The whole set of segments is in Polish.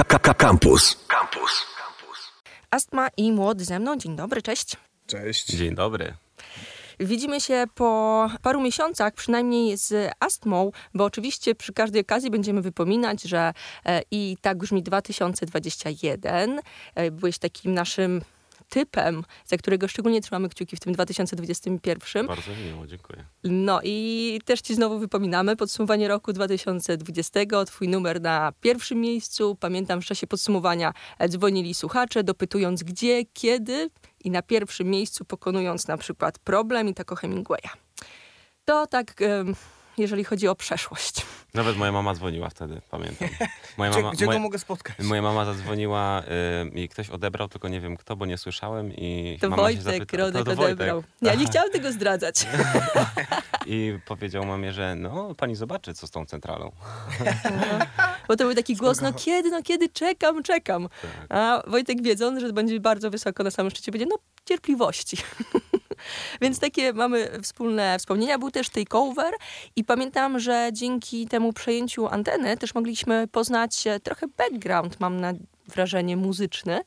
Campus. Astma i Młody ze mną. Dzień dobry, cześć. Cześć. Dzień dobry. Widzimy się po paru miesiącach, przynajmniej z astmą, bo oczywiście przy każdej okazji będziemy wypominać, że i tak brzmi 2021. Byłeś takim naszym typem, za którego szczególnie trzymamy kciuki w tym 2021. Bardzo miło, dziękuję. No i też ci znowu wypominamy podsumowanie roku 2020. Twój numer na pierwszym miejscu. Pamiętam, w czasie podsumowania dzwonili słuchacze, dopytując gdzie, kiedy i na pierwszym miejscu pokonując na przykład Problem i Taco Hemingwaya. To tak, jeżeli chodzi o przeszłość. Nawet moja mama dzwoniła wtedy, pamiętam. Gdzie go mogę spotkać? Moja mama zadzwoniła i ktoś odebrał, tylko nie wiem kto, bo nie słyszałem. I To mama Wojtek Rodek to odebrał. Ja nie chciałam tego zdradzać. I powiedział mamie, że no pani zobaczy, co z tą centralą. Bo to był taki głos, no kiedy, czekam. Tak. A Wojtek wiedząc, że będzie bardzo wysoko na samym szczycie, będzie cierpliwości. Więc takie mamy wspólne wspomnienia. Był też takeover i pamiętam, że dzięki temu przejęciu anteny też mogliśmy poznać trochę background, mam wrażenie, muzyczny.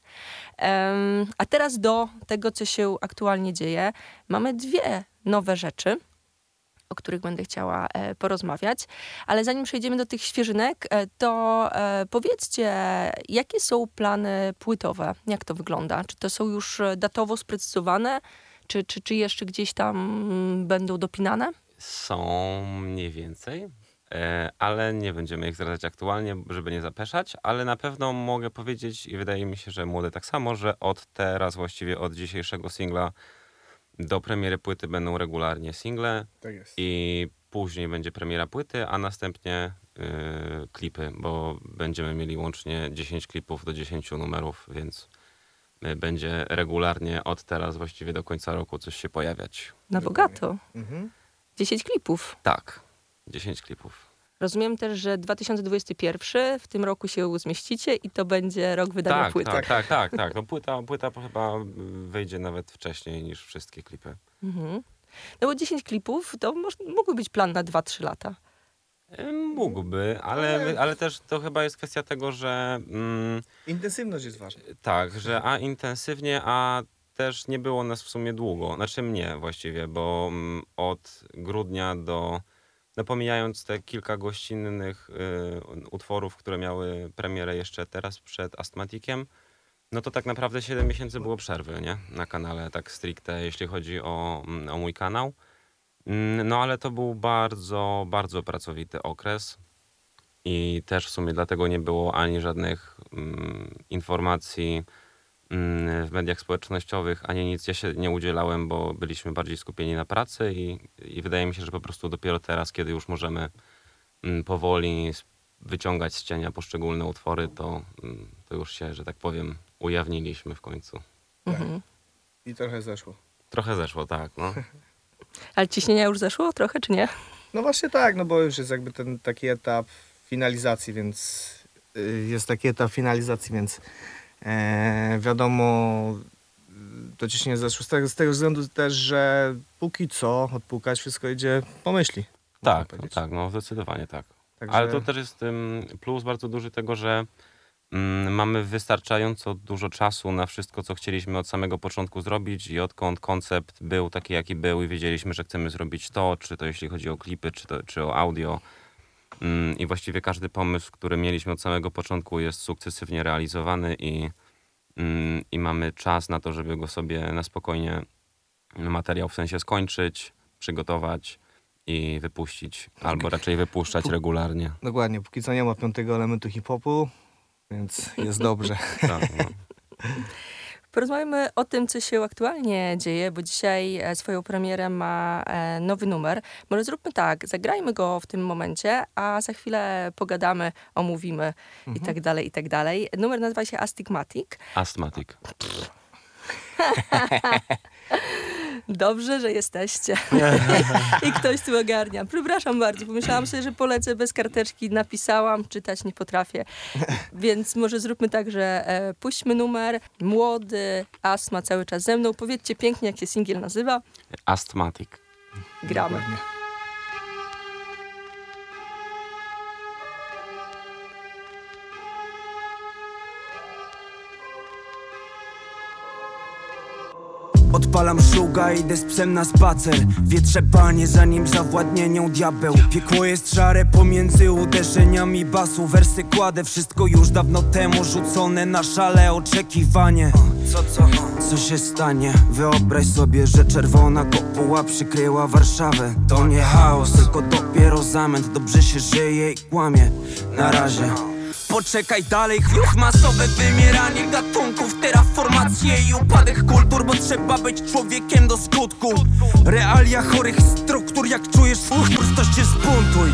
A teraz do tego, co się aktualnie dzieje, mamy dwie nowe rzeczy, o których będę chciała porozmawiać. Ale zanim przejdziemy do tych świeżynek, to powiedzcie, jakie są plany płytowe? Jak to wygląda? Czy to są już datowo sprecyzowane? Czy jeszcze gdzieś tam będą dopinane? Są mniej więcej, ale nie będziemy ich zdradzać aktualnie, żeby nie zapeszać, ale na pewno mogę powiedzieć i wydaje mi się, że młode tak samo, że od teraz, właściwie od dzisiejszego singla do premiery płyty będą regularnie single. Tak jest. I później będzie premiera płyty, a następnie klipy, bo będziemy mieli łącznie 10 klipów do 10 numerów, więc będzie regularnie od teraz właściwie do końca roku coś się pojawiać. Na bogato. Mhm. 10 klipów. Tak, 10 klipów. Rozumiem też, że 2021 w tym roku się zmieścicie i to będzie rok wydania płyty. Tak. No płyta chyba wyjdzie nawet wcześniej niż wszystkie klipy. Mhm. No bo 10 klipów to mógłby być plan na 2-3 lata. Mógłby, ale też to chyba jest kwestia tego, że... intensywność jest ważna. Tak, że intensywnie, a też nie było nas w sumie długo. Znaczy mnie właściwie, bo od grudnia do... No pomijając te kilka gościnnych utworów, które miały premierę jeszcze teraz przed Astmatikiem, no to tak naprawdę 7 miesięcy było przerwy, nie? Na kanale, tak stricte, jeśli chodzi o mój kanał. No ale to był bardzo, bardzo pracowity okres i też w sumie dlatego nie było ani żadnych informacji w mediach społecznościowych, ani nic. Ja się nie udzielałem, bo byliśmy bardziej skupieni na pracy i wydaje mi się, że po prostu dopiero teraz, kiedy już możemy powoli wyciągać z cienia poszczególne utwory, to już się, że tak powiem, ujawniliśmy w końcu. Mhm. I trochę zeszło. Trochę zeszło, tak, no. Ale ciśnienia już zeszło trochę, czy nie? No właśnie tak, no bo już jest jakby ten taki etap finalizacji, więc wiadomo, to ciśnienie zeszło z tego względu też, że póki co odpukać wszystko idzie po myśli. Tak, no zdecydowanie tak. Także... Ale to też jest plus bardzo duży tego, że mamy wystarczająco dużo czasu na wszystko, co chcieliśmy od samego początku zrobić i odkąd koncept był taki, jaki był i wiedzieliśmy, że chcemy zrobić to, czy to jeśli chodzi o klipy, czy o audio. I właściwie każdy pomysł, który mieliśmy od samego początku jest sukcesywnie realizowany i mamy czas na to, żeby go sobie na spokojnie materiał w sensie skończyć, przygotować i wypuścić, albo raczej wypuszczać regularnie. Dokładnie, póki co nie ma 5. elementu hip-hopu, więc jest dobrze. Tak, no. Porozmawiamy o tym, co się aktualnie dzieje, bo dzisiaj swoją premierę ma nowy numer. Może zróbmy tak, zagrajmy go w tym momencie, a za chwilę pogadamy, omówimy i tak dalej. Numer nazywa się Astigmatic. Astmatic. Dobrze, że jesteście. I ktoś tu ogarnia. Przepraszam bardzo, pomyślałam sobie, że polecę bez karteczki. Napisałam, czytać nie potrafię. Więc może zróbmy tak, że puśćmy numer. Młody, Astma cały czas ze mną. Powiedzcie pięknie, jak się singiel nazywa. Astmatic. Gramy. Dokładnie. Odpalam szluga, idę z psem na spacer. Wietrze panie, zanim zawładnie nią diabeł. Piekło jest szare pomiędzy uderzeniami basu. Wersy kładę, wszystko już dawno temu rzucone na szale oczekiwanie. Co się stanie? Wyobraź sobie, że czerwona kopuła przykryła Warszawę. To nie chaos, tylko dopiero zamęt. Dobrze się żyje i kłamie. Na razie poczekaj dalej, chwiuch, masowe wymieranie gatunków, terraformacje i upadek kultur, bo trzeba być człowiekiem do skutku. Realia chorych struktur, jak czujesz utwór, to się zbuntuj,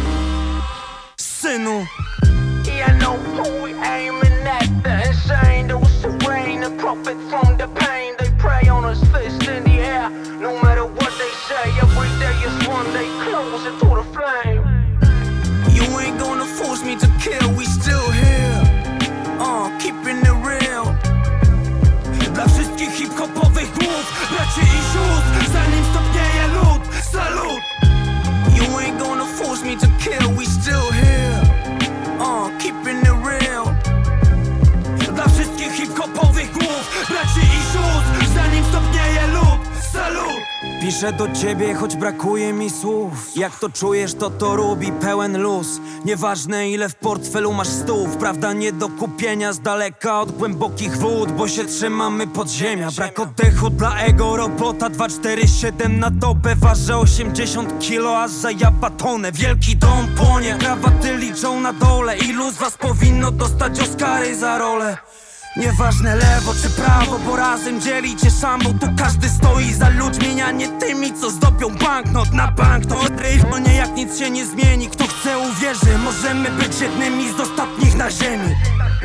synu. Yeah, I know who we aiming at, the insane, those serene, the profit from the pain. They prey on us, fist in the air, no matter what they say. Every day is one day closer to the flame. You ain't gonna force me to kill, we still here, keeping it real. Dla wszystkich hip-hopowych głów, braci i sióstr, zanim stopnieje lód, salut. You ain't gonna force me to kill, we still here, keeping it real. Dla wszystkich hip-hopowych głów, braci i sióstr, zanim stopnieje lód, salut. Piszę do ciebie, choć brakuje mi słów. Jak to czujesz, to rób i pełen luz. Nieważne ile w portfelu masz stów, prawda nie do kupienia z daleka od głębokich wód, bo się trzymamy podziemia. Brak oddechu dla ego, robota 247 na dobę. Ważę 80 kilo, aż zajaba tonę. Wielki dom płonie, krawaty liczą na dole. Ilu z was powinno dostać Oscary za rolę? Nieważne lewo czy prawo, bo razem dzielicie szambo. Tu każdy stoi za ludźmi, a nie tymi, co zdobią banknot na banknot. No nie, jak nic się nie zmieni, kto chce uwierzy. Możemy być jednymi z ostatnich na ziemi.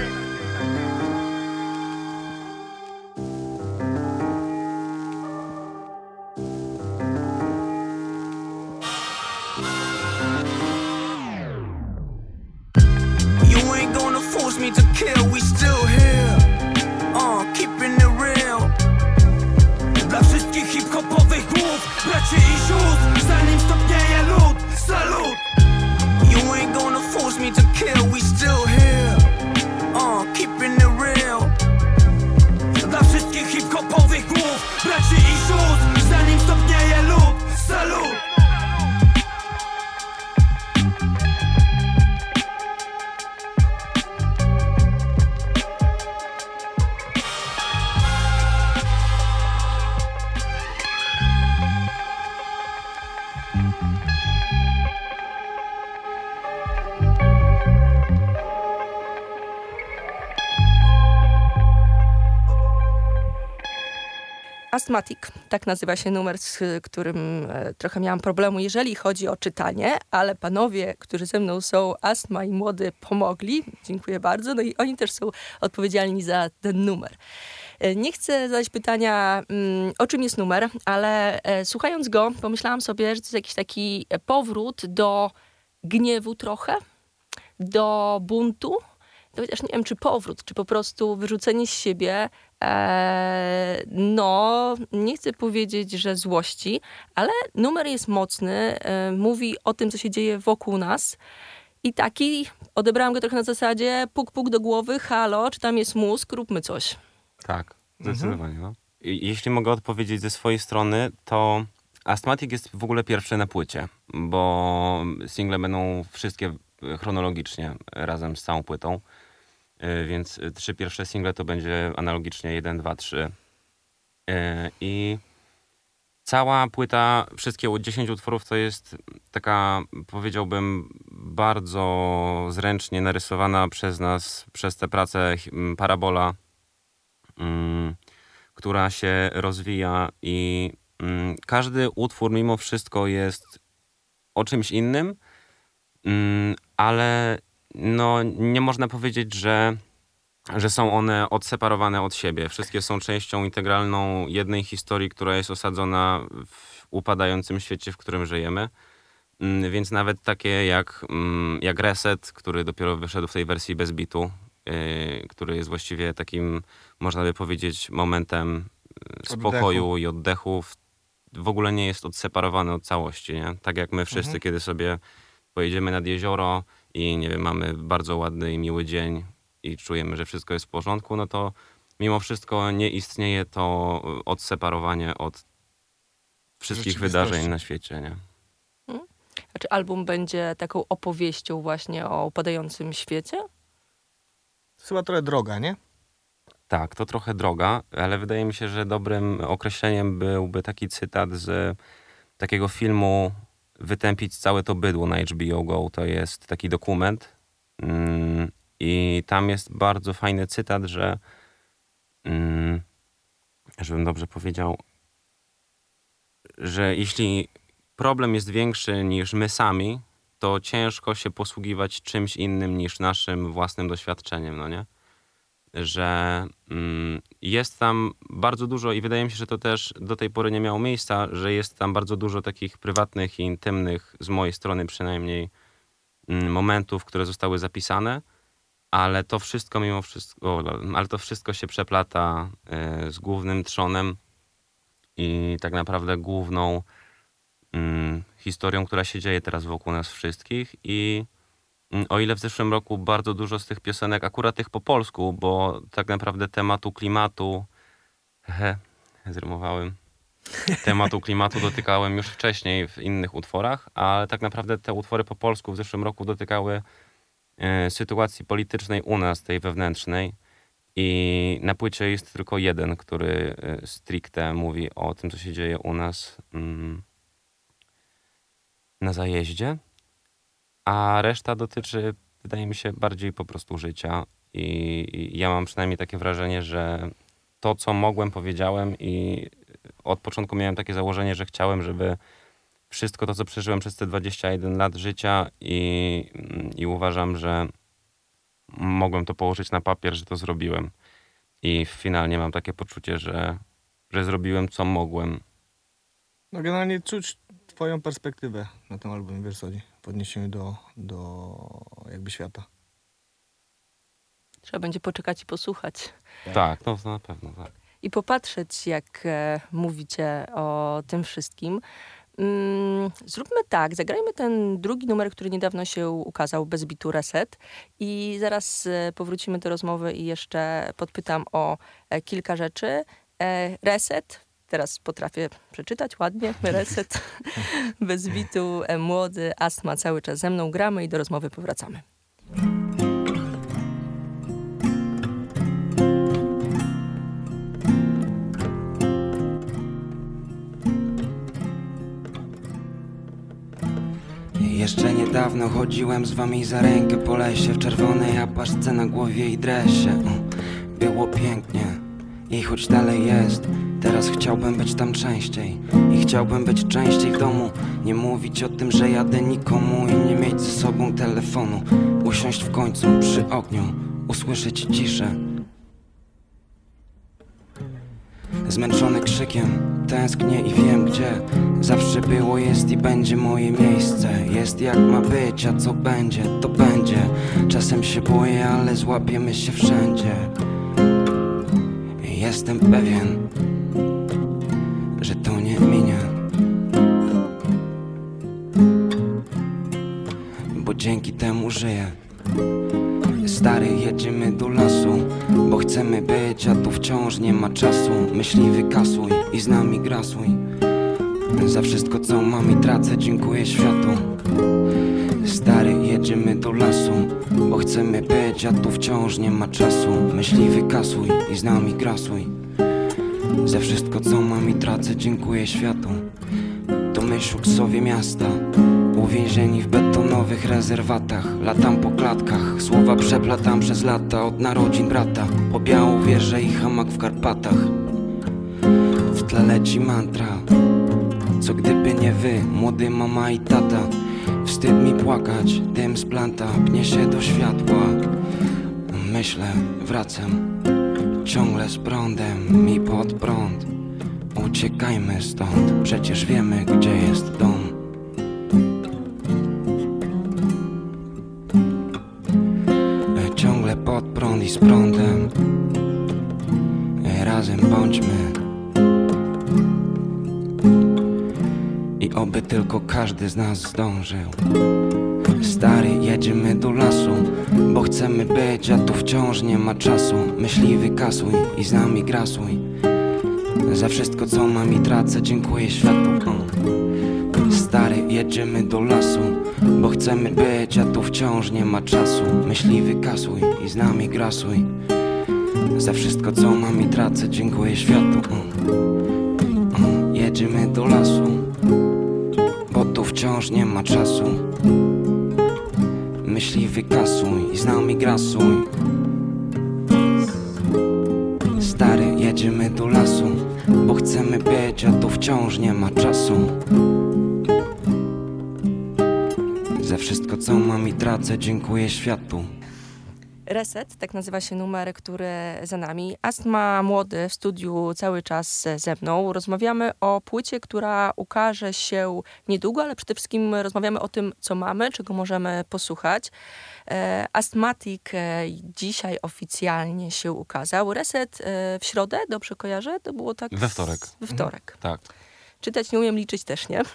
You ain't gonna force me to kill, we still here, keeping it real. Dla wszystkich hip-hopowych głów, braci i sióstr, zanim stopnieje lód, salut. You ain't gonna force me to kill, we still here, keeping it real. Dla wszystkich hip-hopowych głów, braci i sióstr, zanim stopnieje lód, salut. Asthmatic, tak nazywa się numer, z którym trochę miałam problemu, jeżeli chodzi o czytanie, ale panowie, którzy ze mną są, Astma i Młody, pomogli. Dziękuję bardzo. No i oni też są odpowiedzialni za ten numer. Nie chcę zadać pytania, o czym jest numer, ale słuchając go, pomyślałam sobie, że to jest jakiś taki powrót do gniewu trochę, do buntu. To chociaż nie wiem, czy powrót, czy po prostu wyrzucenie z siebie, nie chcę powiedzieć, że złości, ale numer jest mocny, mówi o tym, co się dzieje wokół nas i taki, odebrałam go trochę na zasadzie puk, puk do głowy, halo, czy tam jest mózg, róbmy coś. Tak, zdecydowanie. No. Jeśli mogę odpowiedzieć ze swojej strony, to Asthmatic jest w ogóle pierwszy na płycie, bo single będą wszystkie chronologicznie razem z całą płytą. Więc 3 pierwsze single to będzie analogicznie 1, 2, 3. I cała płyta, wszystkie 10 utworów to jest taka, powiedziałbym, bardzo zręcznie narysowana przez nas, przez tę pracę parabola, która się rozwija i każdy utwór mimo wszystko jest o czymś innym, ale no, nie można powiedzieć, że są one odseparowane od siebie. Wszystkie są częścią integralną jednej historii, która jest osadzona w upadającym świecie, w którym żyjemy. Więc nawet takie jak Reset, który dopiero wyszedł w tej wersji bez bitu, który jest właściwie takim, można by powiedzieć, momentem spokoju i oddechu, w ogóle nie jest odseparowany od całości. Nie? Tak jak my wszyscy, kiedy sobie pojedziemy nad jezioro i nie wiem, mamy bardzo ładny i miły dzień i czujemy, że wszystko jest w porządku, no to mimo wszystko nie istnieje to odseparowanie od wszystkich Rzeczywistości. wydarzeń na świecie, nie? A czy album będzie taką opowieścią właśnie o upadającym świecie? To chyba trochę droga, nie? Tak, to trochę droga, ale wydaje mi się, że dobrym określeniem byłby taki cytat z takiego filmu Wytępić całe to bydło na HBO Go. To jest taki dokument i tam jest bardzo fajny cytat, że żebym dobrze powiedział, że jeśli problem jest większy niż my sami, to ciężko się posługiwać czymś innym niż naszym własnym doświadczeniem, no nie? Że jest tam bardzo dużo i wydaje mi się, że to też do tej pory nie miało miejsca, że jest tam bardzo dużo takich prywatnych i intymnych, z mojej strony przynajmniej, momentów, które zostały zapisane, ale to wszystko mimo wszystko, ale to wszystko się przeplata z głównym trzonem i tak naprawdę główną historią, która się dzieje teraz wokół nas wszystkich. I o ile w zeszłym roku bardzo dużo z tych piosenek, akurat tych po polsku, bo tak naprawdę tematu klimatu, zrymowałem, tematu klimatu dotykałem już wcześniej w innych utworach, ale tak naprawdę te utwory po polsku w zeszłym roku dotykały sytuacji politycznej u nas, tej wewnętrznej. I na płycie jest tylko jeden, który stricte mówi o tym, co się dzieje u nas na zajeździe, a reszta dotyczy, wydaje mi się, bardziej po prostu życia. I ja mam przynajmniej takie wrażenie, że to, co mogłem, powiedziałem i od początku miałem takie założenie, że chciałem, żeby wszystko to, co przeżyłem przez te 21 lat życia i uważam, że mogłem to położyć na papier, że to zrobiłem. I finalnie mam takie poczucie, że zrobiłem, co mogłem. No generalnie czuć twoją perspektywę na tym albumie, wiesz co chodzi, w odniesieniu do jakby świata. Trzeba będzie poczekać i posłuchać. Tak, no to na pewno, tak. I popatrzeć, jak mówicie o tym wszystkim. Zróbmy tak, zagrajmy ten drugi numer, który niedawno się ukazał, bez bitu Reset, i zaraz powrócimy do rozmowy i jeszcze podpytam o kilka rzeczy. Reset, teraz potrafię przeczytać ładnie, Reset, bez bitu, młody, Astma cały czas ze mną, gramy i do rozmowy powracamy. Jeszcze niedawno chodziłem z wami za rękę po lesie, w czerwonej apaszce na głowie i dresie. Było pięknie i choć dalej jest, teraz chciałbym być tam częściej. I chciałbym być częściej w domu, nie mówić o tym, że jadę nikomu i nie mieć ze sobą telefonu. Usiąść w końcu przy ogniu, usłyszeć ciszę. Zmęczony krzykiem, tęsknię i wiem gdzie. Zawsze było, jest i będzie moje miejsce. Jest jak ma być, a co będzie, to będzie. Czasem się boję, ale złapiemy się wszędzie. Jestem pewien, że to nie minie, bo dzięki temu żyję. Stary, jedziemy do lasu, bo chcemy być, a tu wciąż nie ma czasu. Myśliwy kasuj i z nami grasuj. Za wszystko, co mam i tracę, dziękuję światu. Stary, jedziemy do lasu, bo chcemy być, a tu wciąż nie ma czasu. Myśliwy kasuj i z nami grasuj. Za wszystko, co mam i tracę, dziękuję światu. To my szuksowie miasta, uwięzieni w betonowych rezerwatach. Latam po klatkach, słowa przeplatam przez lata. Od narodzin brata, po białą wieżę i hamak w Karpatach. W tle leci mantra, co gdyby nie wy, młody mama i tata. Wstyd mi płakać, dym z planta pnie się do światła. Myślę, wracam, ciągle z prądem i pod prąd. Uciekajmy stąd, przecież wiemy, gdzie jest dom. Ciągle pod prąd i z prądem, razem bądźmy. I oby tylko każdy z nas zdążył Stary, jedziemy do lasu, bo chcemy być, a tu wciąż nie ma czasu. Myśli wykasuj i z nami grasuj. Za wszystko co mam i tracę, dziękuję światu. Stary, jedziemy do lasu, bo chcemy być, a tu wciąż nie ma czasu. Myśli wykasuj i z nami grasuj. Za wszystko co mam i tracę, dziękuję światu. Jedziemy do lasu, bo tu wciąż nie ma czasu. Myśli wykasuj i z nami grasuj. Stary, jedziemy do lasu, bo chcemy być, a tu wciąż nie ma czasu. Za wszystko co mam i tracę, dziękuję światu. Reset, tak nazywa się numer, który za nami. Astma Młody w studiu cały czas ze mną. Rozmawiamy o płycie, która ukaże się niedługo, ale przede wszystkim rozmawiamy o tym, co mamy, czego możemy posłuchać. Asthmatic dzisiaj oficjalnie się ukazał. Reset w środę, dobrze kojarzę? To było tak? We wtorek. We wtorek. Tak. Czytać nie umiem, liczyć też nie.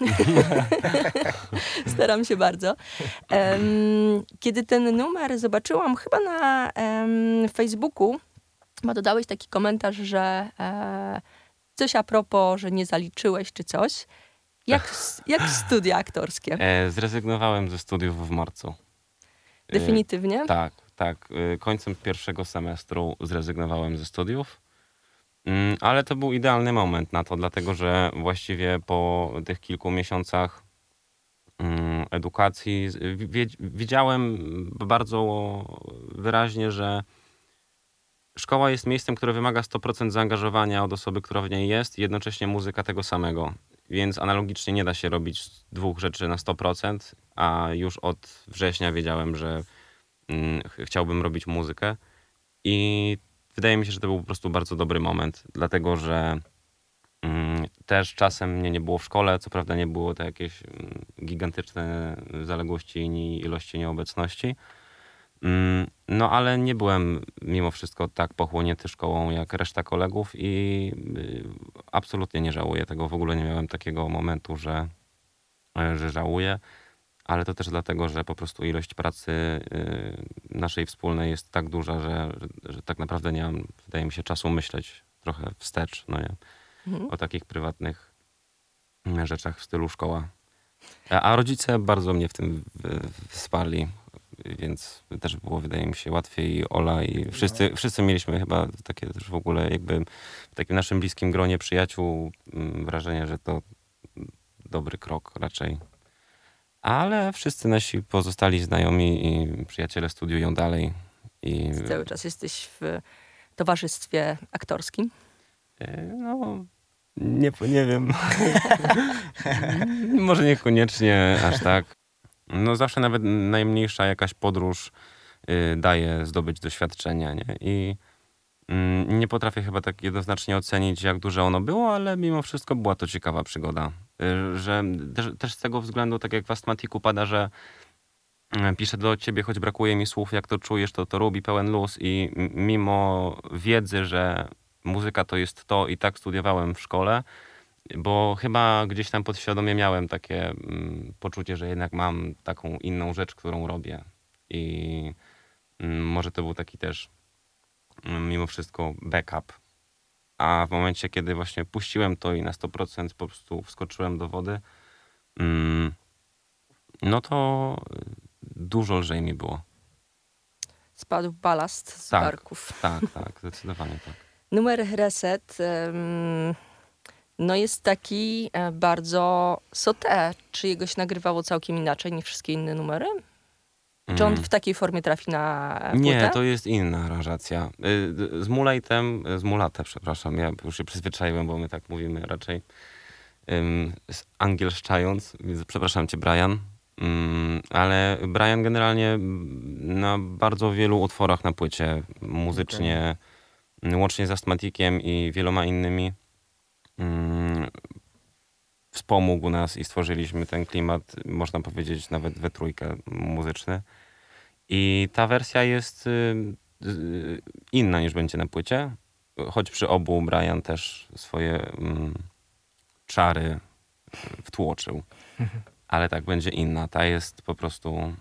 Staram się bardzo. Kiedy ten numer zobaczyłam, chyba na Facebooku, chyba dodałeś taki komentarz, że coś a propos, że nie zaliczyłeś czy coś. Jak studia aktorskie? Zrezygnowałem ze studiów w marcu. Definitywnie? Tak. Końcem pierwszego semestru zrezygnowałem ze studiów. Ale to był idealny moment na to, dlatego że właściwie po tych kilku miesiącach edukacji widziałem bardzo wyraźnie, że szkoła jest miejscem, które wymaga 100% zaangażowania od osoby, która w niej jest, i jednocześnie muzyka tego samego. Więc analogicznie nie da się robić dwóch rzeczy na 100%, a już od września wiedziałem, że chciałbym robić muzykę. I wydaje mi się, że to był po prostu bardzo dobry moment, dlatego że też czasem mnie nie było w szkole, co prawda nie było to jakieś gigantyczne zaległości i ilości nieobecności, no ale nie byłem mimo wszystko tak pochłonięty szkołą jak reszta kolegów i absolutnie nie żałuję tego, w ogóle nie miałem takiego momentu, że żałuję. Ale to też dlatego, że po prostu ilość pracy naszej wspólnej jest tak duża, że tak naprawdę nie mam, wydaje mi się, czasu myśleć trochę wstecz, no nie? O takich prywatnych rzeczach w stylu szkoła. A rodzice bardzo mnie w tym wsparli, więc też było, wydaje mi się, łatwiej. I Ola i wszyscy mieliśmy chyba takie też w ogóle jakby w takim naszym bliskim gronie przyjaciół wrażenie, że to dobry krok raczej. Ale wszyscy nasi pozostali znajomi i przyjaciele studiują dalej. I Cały czas jesteś w towarzystwie aktorskim? no, nie wiem. Może niekoniecznie aż tak. No zawsze nawet najmniejsza jakaś podróż daje zdobyć doświadczenia, nie? I nie potrafię chyba tak jednoznacznie ocenić, jak duże ono było, ale mimo wszystko była to ciekawa przygoda. Że też z tego względu, tak jak w Asthmaticu pada, że piszę do ciebie, choć brakuje mi słów, jak to czujesz, to rób i pełen luz. I mimo wiedzy, że muzyka to jest to, i tak studiowałem w szkole, bo chyba gdzieś tam podświadomie miałem takie poczucie, że jednak mam taką inną rzecz, którą robię. I może to był taki też mimo wszystko backup. A w momencie, kiedy właśnie puściłem to i na 100% po prostu wskoczyłem do wody, no to dużo lżej mi było. Spadł balast z barków. Tak, zdecydowanie tak. Numer Reset no jest taki bardzo sauté. Czy jego się nagrywało całkiem inaczej niż wszystkie inne numery? Czy on w takiej formie trafi na płytę? Nie, to jest inna aranżacja. Z Mulatem, przepraszam, ja już się przyzwyczaiłem, bo my tak mówimy raczej angielszczając, więc przepraszam cię, Brian. Ale Brian generalnie na bardzo wielu utworach na płycie muzycznie, łącznie z Asthmaticiem i wieloma innymi, wspomógł nas i stworzyliśmy ten klimat, można powiedzieć, nawet we trójkę muzyczny. I ta wersja jest inna niż będzie na płycie, choć przy obu Brian też swoje czary wtłoczył. Ale tak, będzie inna. Ta jest po prostu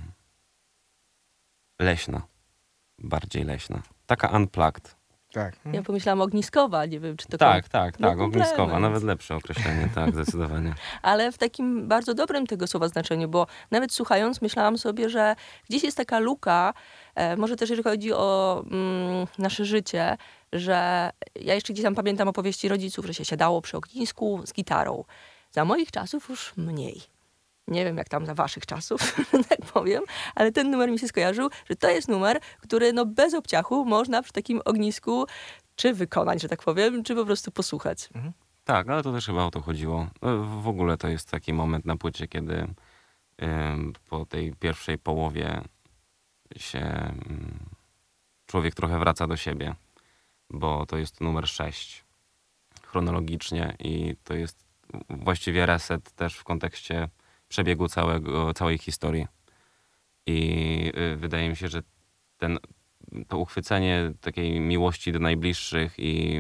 leśna. Bardziej leśna. Taka unplugged. Tak. Ja pomyślałam ogniskowa, nie wiem, czy to Tak, no, ogniskowa. komplement. Nawet lepsze określenie, tak, zdecydowanie. Ale w takim bardzo dobrym tego słowa znaczeniu, bo nawet słuchając myślałam sobie, że gdzieś jest taka luka, może też jeżeli chodzi o nasze życie, że ja jeszcze gdzieś tam pamiętam opowieści rodziców, że się siadało przy ognisku z gitarą. Za moich czasów już mniej. Nie wiem, jak tam za waszych czasów, tak powiem, ale ten numer mi się skojarzył, że to jest numer, który no bez obciachu można przy takim ognisku czy wykonać, że tak powiem, czy po prostu posłuchać. Tak, ale to też chyba o to chodziło. W ogóle to jest taki moment na płycie, kiedy po tej pierwszej połowie się człowiek trochę wraca do siebie, bo to jest numer 6 chronologicznie i to jest właściwie reset też w kontekście przebiegu całej historii. I wydaje mi się, że to uchwycenie takiej miłości do najbliższych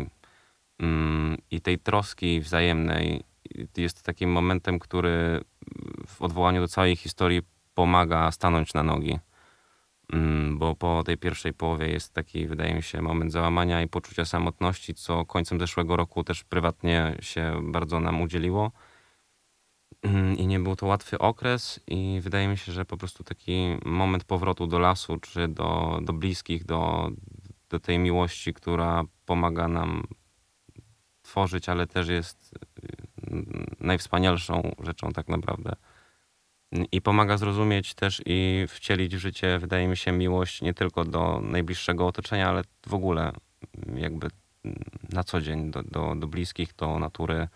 i tej troski wzajemnej jest takim momentem, który w odwołaniu do całej historii pomaga stanąć na nogi. Bo po tej pierwszej połowie jest taki, wydaje mi się, moment załamania i poczucia samotności, co końcem zeszłego roku też prywatnie się bardzo nam udzieliło. I nie był to łatwy okres i wydaje mi się, że po prostu taki moment powrotu do lasu, czy do bliskich, do tej miłości, która pomaga nam tworzyć, ale też jest najwspanialszą rzeczą tak naprawdę. I pomaga zrozumieć też i wcielić w życie, wydaje mi się, miłość nie tylko do najbliższego otoczenia, ale w ogóle jakby na co dzień do bliskich, do natury,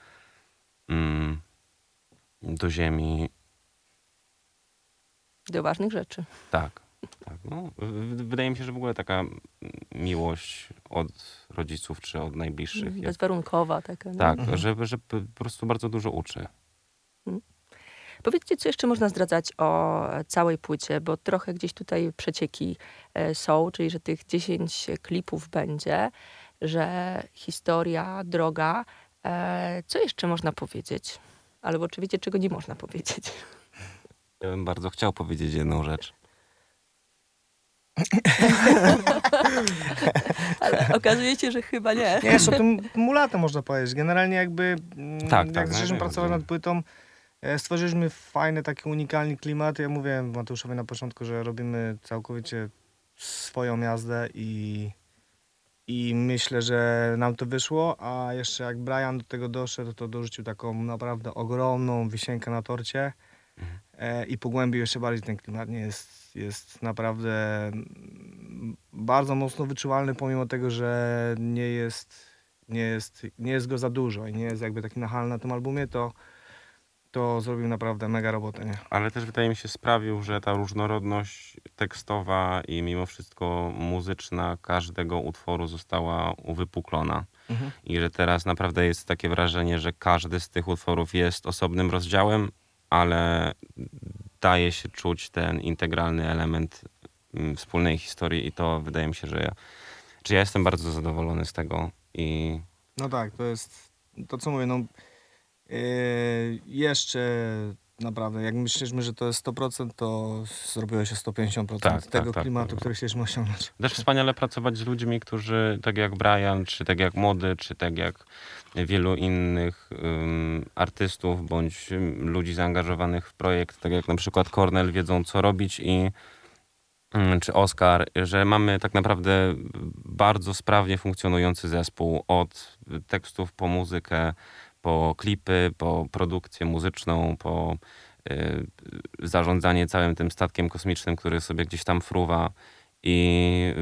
do ziemi. Do ważnych rzeczy. Tak. No, wydaje mi się, że w ogóle taka miłość od rodziców czy od najbliższych jest, Bezwarunkowa taka. No? tak, że po prostu bardzo dużo uczy. Powiedzcie, co jeszcze można zdradzać o całej płycie, bo trochę gdzieś tutaj przecieki są, czyli że tych 10 klipów będzie, że historia, droga. Co jeszcze można powiedzieć? Albo czy wiecie, czego nie można powiedzieć? Ja bym bardzo chciał powiedzieć jedną rzecz. Ale okazuje się, że chyba nie. Nie, jeszcze o tym mulatem można powiedzieć. Generalnie jakby Tak, jak zaczęliśmy pracować najbardziej. nad płytą, stworzyliśmy fajny, taki unikalny klimat. Ja mówiłem Mateuszowi na początku, że robimy całkowicie swoją jazdę i myślę, że nam to wyszło, a jeszcze jak Brian do tego doszedł, to dorzucił taką naprawdę ogromną wisienkę na torcie i pogłębił jeszcze bardziej ten klimat. Jest naprawdę bardzo mocno wyczuwalny, pomimo tego, że nie jest go za dużo i nie jest jakby taki nachalny na tym albumie, to zrobił naprawdę mega robotę, nie? Ale też wydaje mi się sprawił, że ta różnorodność tekstowa i mimo wszystko muzyczna każdego utworu została uwypuklona. I że teraz naprawdę jest takie wrażenie, że każdy z tych utworów jest osobnym rozdziałem, ale daje się czuć ten integralny element wspólnej historii i to wydaje mi się, że ja jestem bardzo zadowolony z tego i No tak, to jest to, co mówię, no jeszcze naprawdę, jak myśleliśmy, że to jest 100%, to zrobiło się 150% tego klimatu, który chcieliśmy osiągnąć. też wspaniale pracować z ludźmi, którzy tak jak Brian, czy tak jak Młody, czy tak jak wielu innych artystów, bądź ludzi zaangażowanych w projekt, tak jak na przykład Kornel, wiedzą co robić czy Oskar, że mamy tak naprawdę bardzo sprawnie funkcjonujący zespół od tekstów po muzykę, po klipy, po produkcję muzyczną, po zarządzanie całym tym statkiem kosmicznym, który sobie gdzieś tam fruwa i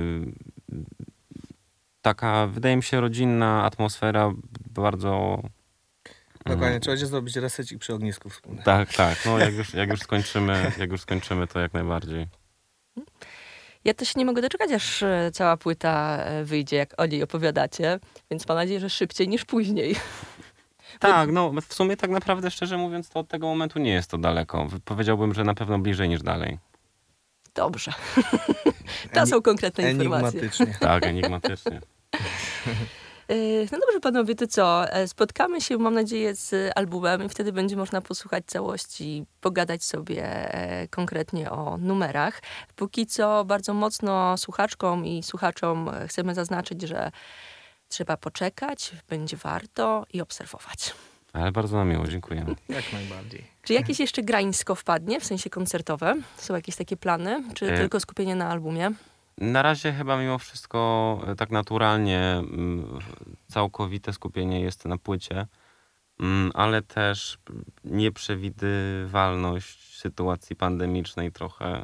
taka, wydaje mi się, rodzinna atmosfera bardzo... Dokładnie, trzeba będzie zrobić resecik przy ognisku wspólnie. Tak, no jak już skończymy, to jak najbardziej. Ja też nie mogę doczekać, aż cała płyta wyjdzie, jak o niej opowiadacie, więc mam nadzieję, że szybciej niż później. Tak, no w sumie tak naprawdę, szczerze mówiąc, to od tego momentu nie jest to daleko. Powiedziałbym, że na pewno bliżej niż dalej. Dobrze. To są konkretne informacje. Enigmatycznie. Tak, enigmatycznie. No dobrze, panowie, to co? Spotkamy się, mam nadzieję, z albumem i wtedy będzie można posłuchać całości, pogadać sobie konkretnie o numerach. Póki co bardzo mocno słuchaczkom i słuchaczom chcemy zaznaczyć, że trzeba poczekać, będzie warto i obserwować. Ale bardzo nam miło, dziękujemy. Jak najbardziej. Czy jakieś jeszcze grańsko wpadnie, w sensie koncertowe? Są jakieś takie plany? Czy tylko skupienie na albumie? Na razie chyba mimo wszystko tak naturalnie całkowite skupienie jest na płycie, ale też nieprzewidywalność sytuacji pandemicznej trochę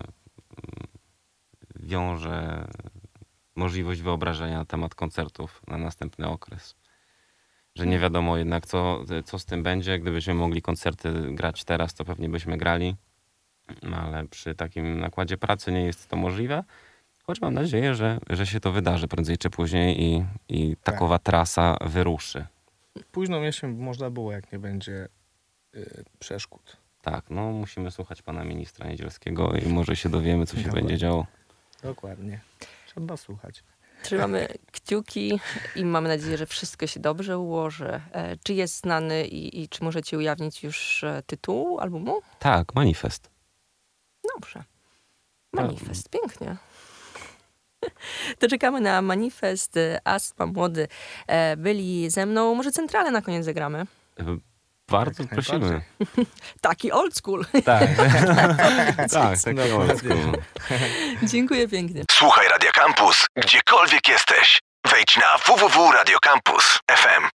wiąże możliwość wyobrażenia na temat koncertów na następny okres. Że nie wiadomo jednak, co z tym będzie. Gdybyśmy mogli koncerty grać teraz, to pewnie byśmy grali, ale przy takim nakładzie pracy nie jest to możliwe. Choć mam nadzieję, że się to wydarzy prędzej czy później i takowa trasa wyruszy. Późną jesień można było, jak nie będzie przeszkód. Tak, no musimy słuchać pana ministra Niedzielskiego i może się dowiemy, co się będzie działo. Dokładnie. Trzeba słuchać. Trzymamy kciuki i mamy nadzieję, że wszystko się dobrze ułoży. Czy jest znany i czy możecie ujawnić już tytuł albumu? Tak, Manifest. Dobrze. Manifest, pięknie. To czekamy na Manifest. Astma Młody byli ze mną. Może centralę na koniec zagramy? Bardzo Tak, prosimy. Taki old school. Tak, tak, taki old school. Dziękuję pięknie. Słuchaj Radio Campus, gdziekolwiek jesteś. Wejdź na www.radiocampus.fm.